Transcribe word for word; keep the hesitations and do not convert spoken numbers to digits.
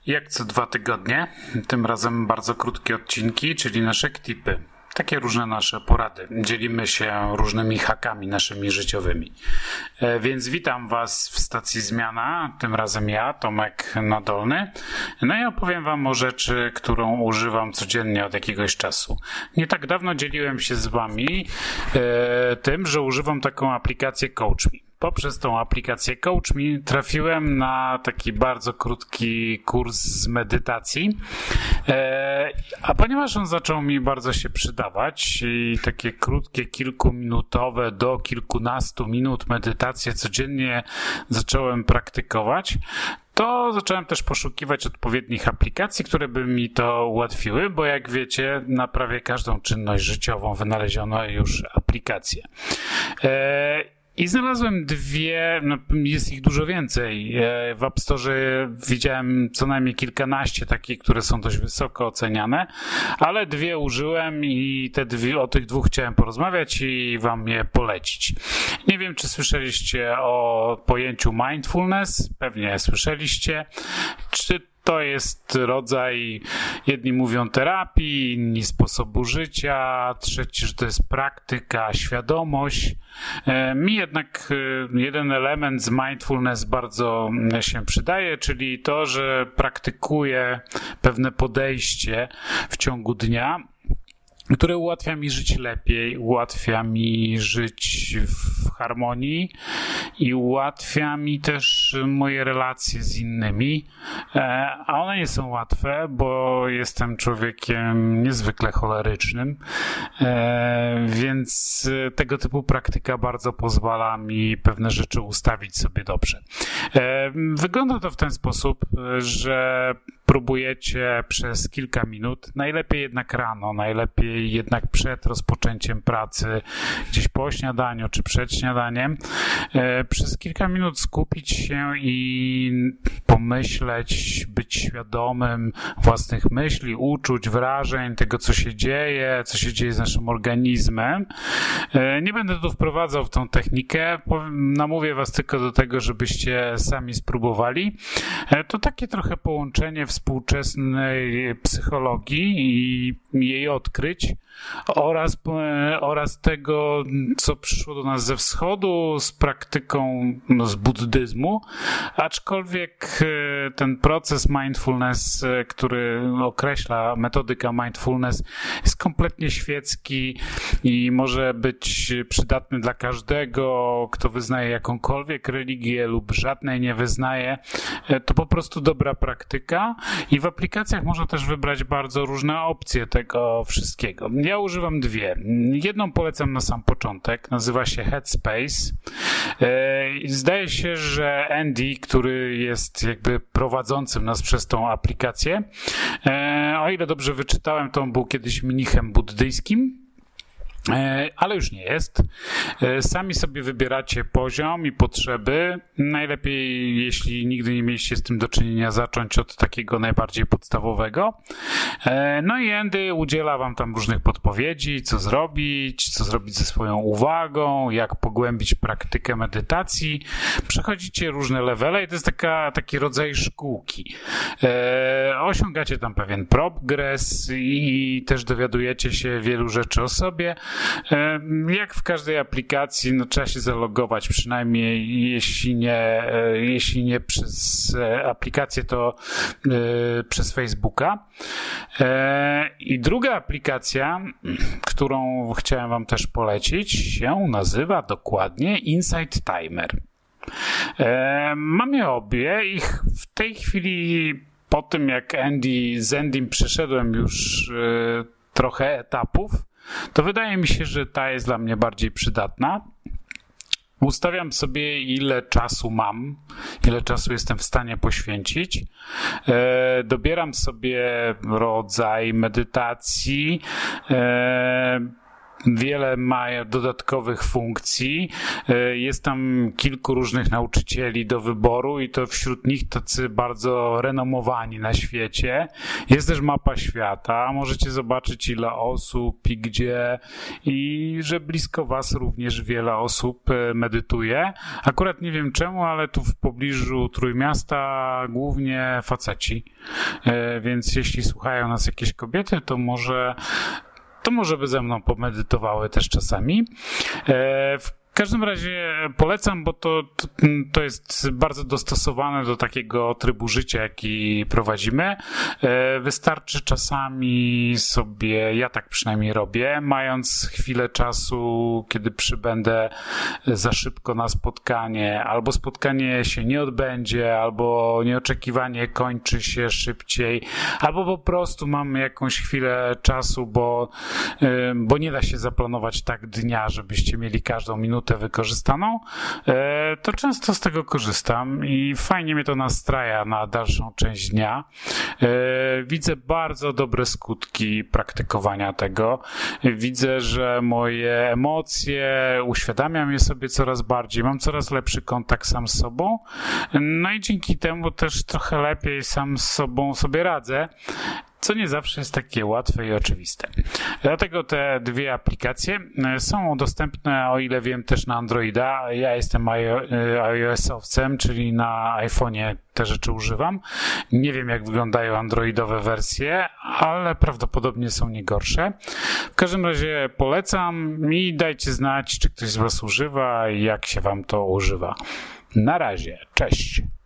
Jak co dwa tygodnie, tym razem bardzo krótkie odcinki, czyli nasze ktipy. Takie różne nasze porady. Dzielimy się różnymi hakami naszymi życiowymi. E, więc witam Was w stacji Zmiana, tym razem ja, Tomek Nadolny. No i opowiem Wam o rzeczy, którą używam codziennie od jakiegoś czasu. Nie tak dawno dzieliłem się z Wami e, tym, że używam taką aplikację CoachMe. Poprzez tą aplikację CoachMe trafiłem na taki bardzo krótki kurs z medytacji, a ponieważ on zaczął mi bardzo się przydawać i takie krótkie, kilkuminutowe do kilkunastu minut medytacje codziennie zacząłem praktykować, to zacząłem też poszukiwać odpowiednich aplikacji, które by mi to ułatwiły, bo jak wiecie, na prawie każdą czynność życiową wynaleziono już aplikacje. I znalazłem dwie, no jest ich dużo więcej. W App Store widziałem co najmniej kilkanaście takich, które są dość wysoko oceniane, ale dwie użyłem i te dwie, o tych dwóch chciałem porozmawiać i wam je polecić. Nie wiem, czy słyszeliście o pojęciu mindfulness, pewnie słyszeliście. Czy to jest rodzaj, jedni mówią terapii, inni sposobu życia, trzeci, że to jest praktyka, świadomość. Mi jednak jeden element z mindfulness bardzo się przydaje, czyli to, że praktykuję pewne podejście w ciągu dnia, które ułatwia mi żyć lepiej, ułatwia mi żyć w harmonii i ułatwia mi też moje relacje z innymi, a one nie są łatwe, bo jestem człowiekiem niezwykle cholerycznym, więc tego typu praktyka bardzo pozwala mi pewne rzeczy ustawić sobie dobrze. Wygląda to w ten sposób, że próbujecie przez kilka minut, najlepiej jednak rano, najlepiej jednak przed rozpoczęciem pracy, gdzieś po śniadaniu czy przed śniadaniem, przez kilka minut skupić się i pomyśleć, być świadomym własnych myśli, uczuć, wrażeń, tego co się dzieje, co się dzieje z naszym organizmem. Nie będę tu wprowadzał w tą technikę, namówię was tylko do tego, żebyście sami spróbowali. To takie trochę połączenie współczesnej psychologii i jej odkryć oraz, oraz tego, co przyszło do nas ze wschodu z praktyką no, z buddyzmu, aczkolwiek ten proces mindfulness, który określa metodyka mindfulness, jest kompletnie świecki i może być przydatny dla każdego, kto wyznaje jakąkolwiek religię lub żadnej nie wyznaje. To po prostu dobra praktyka i w aplikacjach można też wybrać bardzo różne opcje tego wszystkiego. Ja używam dwie. Jedną polecam na sam początek, nazywa się Headspace. Zdaje się, że Andy, który jest jakby prowadzącym nas przez tą aplikację, o ile dobrze wyczytałem, to on był kiedyś mnichem buddyjskim, ale już nie jest. Sami sobie wybieracie poziom i potrzeby. Najlepiej, jeśli nigdy nie mieliście z tym do czynienia, zacząć od takiego najbardziej podstawowego. No i Andy udziela wam tam różnych podpowiedzi, co zrobić, co zrobić ze swoją uwagą, jak pogłębić praktykę medytacji. Przechodzicie różne levele i to jest taka, taki rodzaj szkółki. Osiągacie tam pewien progres i też dowiadujecie się wielu rzeczy o sobie. Jak w każdej aplikacji, no, trzeba się zalogować, przynajmniej jeśli nie, jeśli nie przez aplikację, to przez Facebooka. I druga aplikacja, którą chciałem wam też polecić, się nazywa dokładnie Insight Timer. Mam je obie i w tej chwili, po tym jak Andy, z Andym przeszedłem już trochę etapów, to wydaje mi się, że ta jest dla mnie bardziej przydatna. Ustawiam sobie, ile czasu mam, ile czasu jestem w stanie poświęcić. Dobieram sobie rodzaj medytacji. wiele ma dodatkowych funkcji. Jest tam kilku różnych nauczycieli do wyboru i to wśród nich tacy bardzo renomowani na świecie. Jest też mapa świata. Możecie zobaczyć, ile osób i gdzie, i że blisko was również wiele osób medytuje. Akurat nie wiem czemu, ale tu w pobliżu Trójmiasta głównie faceci. Więc jeśli słuchają nas jakieś kobiety, to może to może by ze mną pomedytowały też czasami. W W każdym razie polecam, bo to, to, to jest bardzo dostosowane do takiego trybu życia, jaki prowadzimy. Wystarczy czasami sobie, ja tak przynajmniej robię, mając chwilę czasu, kiedy przybędę za szybko na spotkanie, albo spotkanie się nie odbędzie, albo nieoczekiwanie kończy się szybciej, albo po prostu mam jakąś chwilę czasu, bo, bo nie da się zaplanować tak dnia, żebyście mieli każdą minutę wykorzystaną, to często z tego korzystam i fajnie mnie to nastraja na dalszą część dnia. Widzę bardzo dobre skutki praktykowania tego. Widzę, że moje emocje, uświadamiam je sobie coraz bardziej, mam coraz lepszy kontakt sam z sobą, no i dzięki temu też trochę lepiej sam z sobą sobie radzę, co nie zawsze jest takie łatwe i oczywiste. Dlatego te dwie aplikacje są dostępne, o ile wiem, też na Androida. Ja jestem iOS-owcem, czyli na iPhone'ie te rzeczy używam. Nie wiem, jak wyglądają androidowe wersje, ale prawdopodobnie są nie gorsze. W każdym razie polecam i dajcie znać, czy ktoś z was używa i jak się wam to używa. Na razie, cześć!